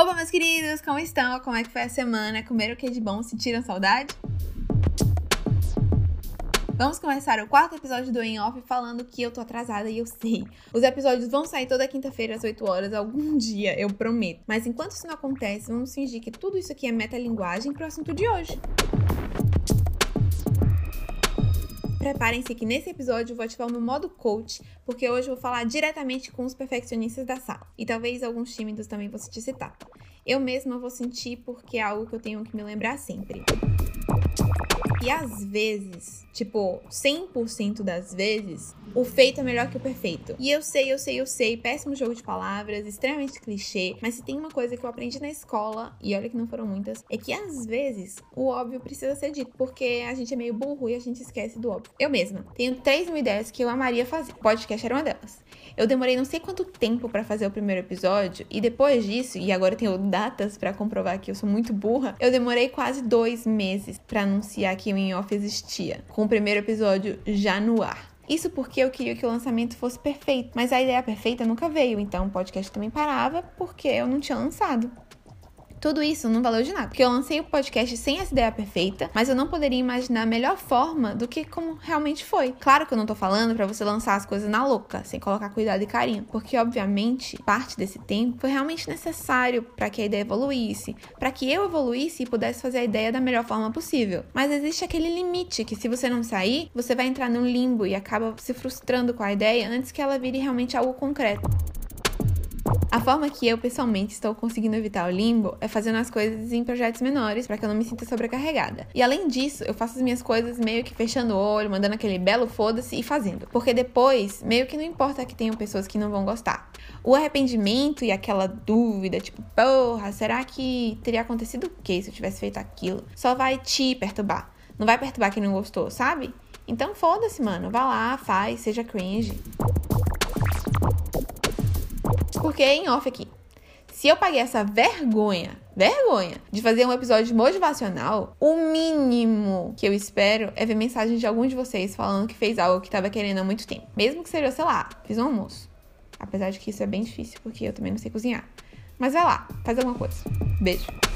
Opa, meus queridos, como estão? Como é que foi a semana? Comeram o que de bom? Sentiram saudade? Vamos começar o 4º episódio do Em Off falando que eu tô atrasada e eu sei. Os episódios vão sair toda quinta-feira às 8 horas, algum dia, eu prometo. Mas enquanto isso não acontece, vamos fingir que tudo isso aqui é metalinguagem pro assunto de hoje. Preparem-se que nesse episódio eu vou ativar o meu modo coach, porque hoje eu vou falar diretamente com os perfeccionistas da sala. E talvez alguns tímidos também vou te citar. Eu mesma vou sentir porque é algo que eu tenho que me lembrar sempre. E às vezes, 100% das vezes, o feito é melhor que o perfeito. E eu sei, péssimo jogo de palavras, extremamente clichê, mas se tem uma coisa que eu aprendi na escola, e olha que não foram muitas, é que às vezes o óbvio precisa ser dito, porque a gente é meio burro e a gente esquece do óbvio. Eu mesma tenho 3.000 ideias que eu amaria fazer. O podcast era uma delas. Eu demorei não sei quanto tempo pra fazer o primeiro episódio, e depois disso, e agora eu tenho datas pra comprovar que eu sou muito burra, eu demorei quase 2 meses pra anunciar que o Em Off existia, com o primeiro episódio já no ar. Isso porque eu queria que o lançamento fosse perfeito, mas a ideia perfeita nunca veio, então o podcast também parava porque eu não tinha lançado. Tudo isso não valeu de nada, porque eu lancei o podcast sem essa ideia perfeita, mas eu não poderia imaginar a melhor forma do que como realmente foi. Claro que eu não tô falando pra você lançar as coisas na louca, sem colocar cuidado e carinho, porque obviamente parte desse tempo foi realmente necessário pra que a ideia evoluísse, pra que eu evoluísse e pudesse fazer a ideia da melhor forma possível. Mas existe aquele limite que se você não sair, você vai entrar num limbo e acaba se frustrando com a ideia antes que ela vire realmente algo concreto. A forma que eu, pessoalmente, estou conseguindo evitar o limbo é fazendo as coisas em projetos menores para que eu não me sinta sobrecarregada. E além disso, eu faço as minhas coisas meio que fechando o olho, mandando aquele belo foda-se e fazendo. Porque depois, meio que não importa que tenham pessoas que não vão gostar. O arrependimento e aquela dúvida, porra, será que teria acontecido o quê se eu tivesse feito aquilo? Só vai te perturbar. Não vai perturbar quem não gostou, sabe? Então foda-se, mano. Vá lá, faz, seja cringe. Porque em off aqui, se eu paguei essa vergonha de fazer um episódio motivacional, o mínimo que eu espero é ver mensagem de algum de vocês falando que fez algo que tava querendo há muito tempo. Mesmo que seja, sei lá, fiz um almoço. Apesar de que isso é bem difícil, porque eu também não sei cozinhar. Mas vai lá, faz alguma coisa. Beijo.